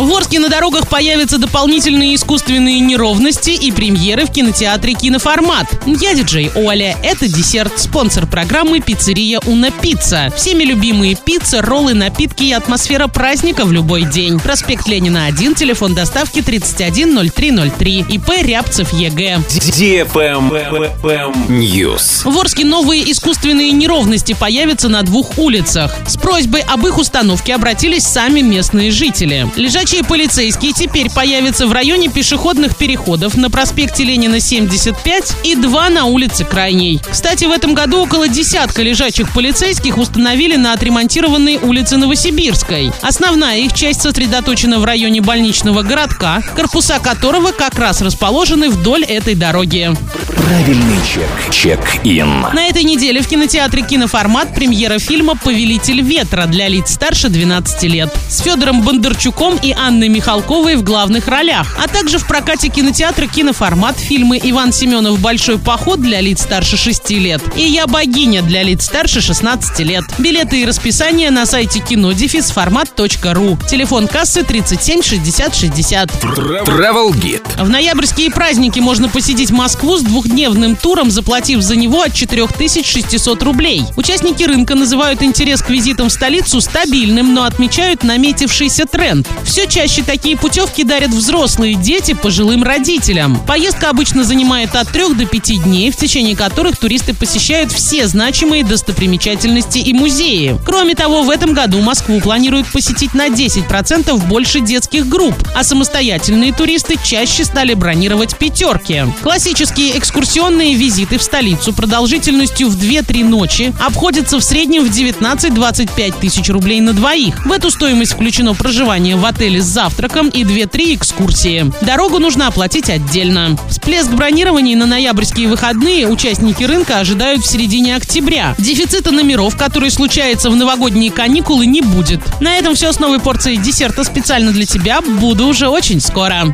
В Орске на дорогах появятся дополнительные искусственные неровности и премьеры в кинотеатре «Киноформат». Я диджей Оля. Это десерт. Спонсор программы пиццерия «Уна Пицца». Всеми любимые пицца, роллы, напитки и атмосфера праздника в любой день. Проспект Ленина 1, телефон доставки 310303. ИП Рябцев ЕГЭ. News. В Орске новые искусственные неровности появятся на 2 улицах. С просьбой об их установке обратились сами местные жители. Лежачие полицейские теперь появятся в районе пешеходных переходов на проспекте Ленина 75 и 2 на улице Крайней. Кстати, в этом году около десятка лежачих полицейских установили на отремонтированной улице Новосибирской. Основная их часть сосредоточена в районе больничного городка, корпуса которого как раз расположены вдоль этой дороги. Правильный чек. Чек-ин. На этой неделе в кинотеатре «Киноформат» премьера фильма «Повелитель ветра» для лиц старше 12 лет. С Федором Бондарчуком и Анной Михалковой в главных ролях. А также в прокате кинотеатра «Киноформат» фильмы «Иван Семенов. Большой поход» для лиц старше 6 лет и «Я богиня» для лиц старше 16 лет. Билеты и расписание на сайте кино-формат.ру. Телефон кассы 37 60 60. Travel Guide. В ноябрьские праздники можно посетить Москву с 2-дневным туром, заплатив за него от 4600 рублей. Участники рынка называют интерес к визитам в столицу стабильным, но отмечают наметившийся тренд. Все чаще такие путевки дарят взрослые дети пожилым родителям. Поездка обычно занимает от 3 до 5 дней, в течение которых туристы посещают все значимые достопримечательности и музеи. Кроме того, в этом году Москву планируют посетить на 10% больше детских групп, а самостоятельные туристы чаще стали бронировать пятерки. Классические экскурсионные визиты в столицу продолжительностью в 2-3 ночи обходятся в среднем в 19-25 тысяч рублей на двоих. В эту стоимость включено проживание в отеле с завтраком и 2-3 экскурсии. Дорогу нужно оплатить отдельно. Всплеск бронирований на ноябрьские выходные участники рынка ожидают в середине октября. Дефицита номеров, который случается в новогодние каникулы, не будет. На этом все с новой порцией десерта специально для тебя. Буду уже очень скоро.